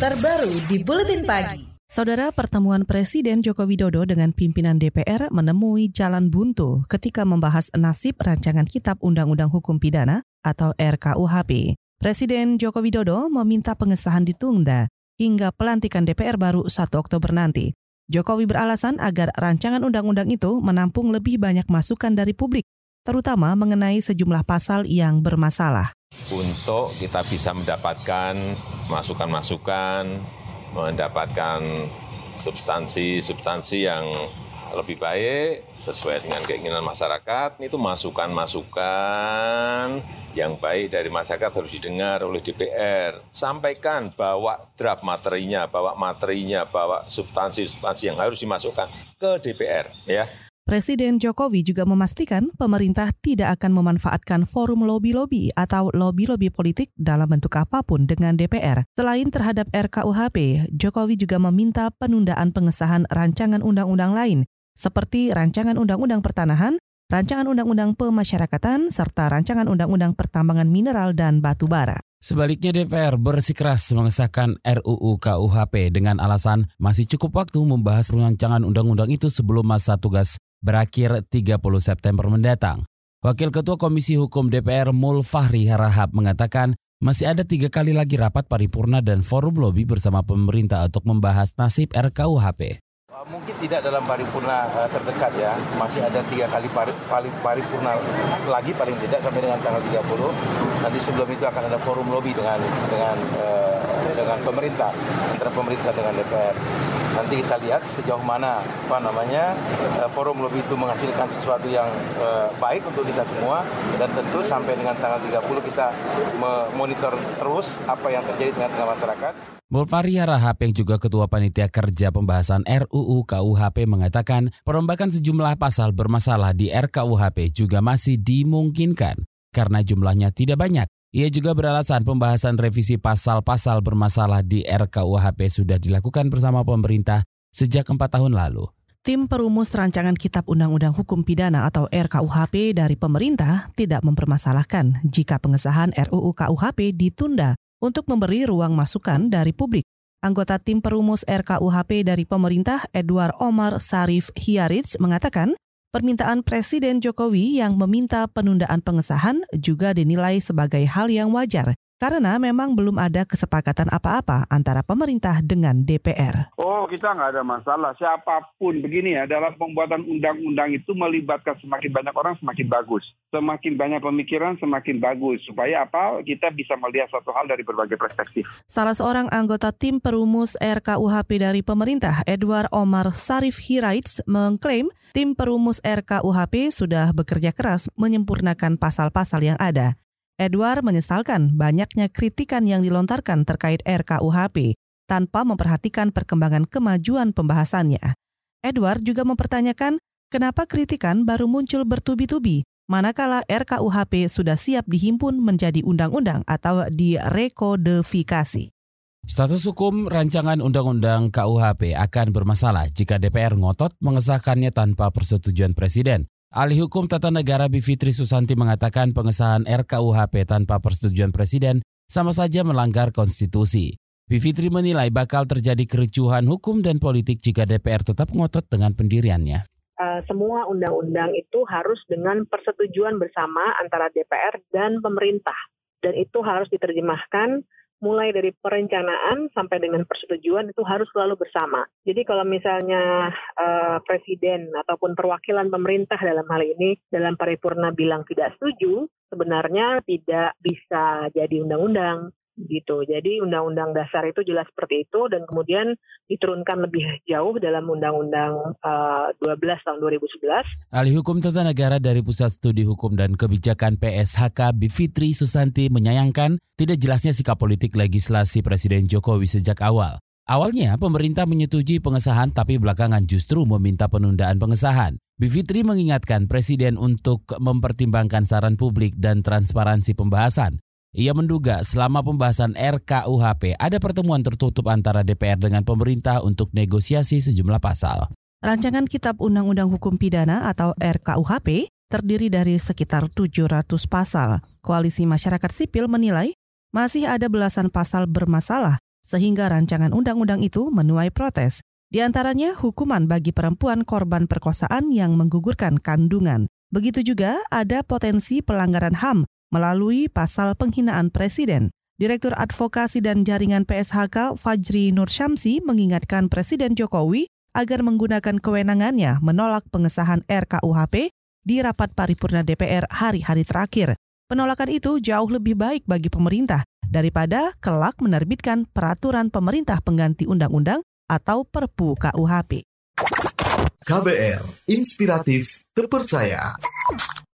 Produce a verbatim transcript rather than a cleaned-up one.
terbaru di Buletin Pagi. Saudara, pertemuan Presiden Joko Widodo dengan pimpinan D P R menemui jalan buntu ketika membahas nasib rancangan Kitab Undang-Undang Hukum Pidana atau R K U H P. Presiden Joko Widodo meminta pengesahan ditunda hingga pelantikan D P R baru satu Oktober nanti. Jokowi beralasan agar rancangan undang-undang itu menampung lebih banyak masukan dari publik, terutama mengenai sejumlah pasal yang bermasalah. Untuk kita bisa mendapatkan masukan-masukan, mendapatkan substansi-substansi yang lebih baik sesuai dengan keinginan masyarakat, itu masukan-masukan yang baik dari masyarakat harus didengar oleh D P R. Sampaikan, bawa draft materinya, bawa materinya, bawa substansi-substansi yang harus dimasukkan ke D P R, ya. Presiden Jokowi juga memastikan pemerintah tidak akan memanfaatkan forum lobi-lobi atau lobi-lobi politik dalam bentuk apapun dengan D P R. Selain terhadap R K U H P, Jokowi juga meminta penundaan pengesahan rancangan undang-undang lain, seperti rancangan undang-undang pertanahan, rancangan undang-undang pemasyarakatan, serta rancangan undang-undang pertambangan mineral dan batu bara. Sebaliknya D P R bersikeras mengesahkan R U U K U H P dengan alasan masih cukup waktu membahas rancangan undang-undang itu sebelum masa tugas berakhir tiga puluh September mendatang. Wakil Ketua Komisi Hukum D P R Mulfahri Harahap mengatakan masih ada tiga kali lagi rapat paripurna dan forum lobi bersama pemerintah untuk membahas nasib R K U H P. Mungkin tidak dalam paripurna uh, terdekat ya, masih ada tiga kali pari, pari, paripurna lagi paling tidak sampai dengan tanggal tiga puluh. Nanti sebelum itu akan ada forum lobi dengan dengan uh, dengan pemerintah, antara pemerintah dengan D P R. Nanti kita lihat sejauh mana apa namanya uh, forum lobi itu menghasilkan sesuatu yang uh, baik untuk kita semua, dan tentu sampai dengan tanggal tiga puluh kita memonitor terus apa yang terjadi dengan, dengan masyarakat. Mulfahri Harahap yang juga Ketua Panitia Kerja Pembahasan R U U K U H P mengatakan perombakan sejumlah pasal bermasalah di R K U H P juga masih dimungkinkan karena jumlahnya tidak banyak. Ia juga beralasan pembahasan revisi pasal-pasal bermasalah di R K U H P sudah dilakukan bersama pemerintah sejak empat tahun lalu. Tim perumus rancangan Kitab Undang-Undang Hukum Pidana atau R K U H P dari pemerintah tidak mempermasalahkan jika pengesahan R U U K U H P ditunda untuk memberi ruang masukan dari publik. Anggota tim perumus R K U H P dari pemerintah, Edward Omar Sarif Hiarits, mengatakan permintaan Presiden Jokowi yang meminta penundaan pengesahan juga dinilai sebagai hal yang wajar, karena memang belum ada kesepakatan apa-apa antara pemerintah dengan D P R. Oh, kita nggak ada masalah. Siapapun begini ya, dalam pembuatan undang-undang itu melibatkan semakin banyak orang semakin bagus. Semakin banyak pemikiran semakin bagus. Supaya apa? Kita bisa melihat suatu hal dari berbagai perspektif. Salah seorang anggota tim perumus R K U H P dari pemerintah, Edward Omar Sarif Hiarits, mengklaim tim perumus R K U H P sudah bekerja keras menyempurnakan pasal-pasal yang ada. Edward menyesalkan banyaknya kritikan yang dilontarkan terkait R K U H P tanpa memperhatikan perkembangan kemajuan pembahasannya. Edward juga mempertanyakan kenapa kritikan baru muncul bertubi-tubi, manakala R K U H P sudah siap dihimpun menjadi undang-undang atau direkodifikasi. Status hukum rancangan undang-undang K U H P akan bermasalah jika D P R ngotot mengesahkannya tanpa persetujuan Presiden. Ahli Hukum Tata Negara Bivitri Susanti mengatakan pengesahan R K U H P tanpa persetujuan Presiden sama saja melanggar konstitusi. Bivitri menilai bakal terjadi kericuhan hukum dan politik jika D P R tetap ngotot dengan pendiriannya. Uh, semua undang-undang itu harus dengan persetujuan bersama antara D P R dan pemerintah. Dan itu harus diterjemahkan mulai dari perencanaan sampai dengan persetujuan itu harus selalu bersama. Jadi kalau misalnya uh, presiden ataupun perwakilan pemerintah dalam hal ini dalam paripurna bilang tidak setuju, sebenarnya tidak bisa jadi undang-undang gitu. Jadi undang-undang dasar itu jelas seperti itu dan kemudian diturunkan lebih jauh dalam undang-undang uh, dua belas tahun dua ribu sebelas. Ahli Hukum Tata Negara dari Pusat Studi Hukum dan Kebijakan P S H K Bivitri Susanti menyayangkan tidak jelasnya sikap politik legislasi Presiden Jokowi sejak awal. Awalnya pemerintah menyetujui pengesahan tapi belakangan justru meminta penundaan pengesahan. Bivitri mengingatkan Presiden untuk mempertimbangkan saran publik dan transparansi pembahasan. Ia menduga selama pembahasan R K U H P ada pertemuan tertutup antara D P R dengan pemerintah untuk negosiasi sejumlah pasal. Rancangan Kitab Undang-Undang Hukum Pidana atau R K U H P terdiri dari sekitar tujuh ratus pasal. Koalisi Masyarakat Sipil menilai masih ada belasan pasal bermasalah sehingga rancangan undang-undang itu menuai protes. Di antaranya hukuman bagi perempuan korban perkosaan yang menggugurkan kandungan. Begitu juga ada potensi pelanggaran H A M melalui pasal penghinaan presiden. Direktur Advokasi dan Jaringan P S H K Fajri Nur Syamsi mengingatkan Presiden Jokowi agar menggunakan kewenangannya menolak pengesahan R K U H P di rapat paripurna D P R hari-hari terakhir. Penolakan itu jauh lebih baik bagi pemerintah daripada kelak menerbitkan peraturan pemerintah pengganti undang-undang atau Perpu K U H P. K B R, inspiratif, terpercaya.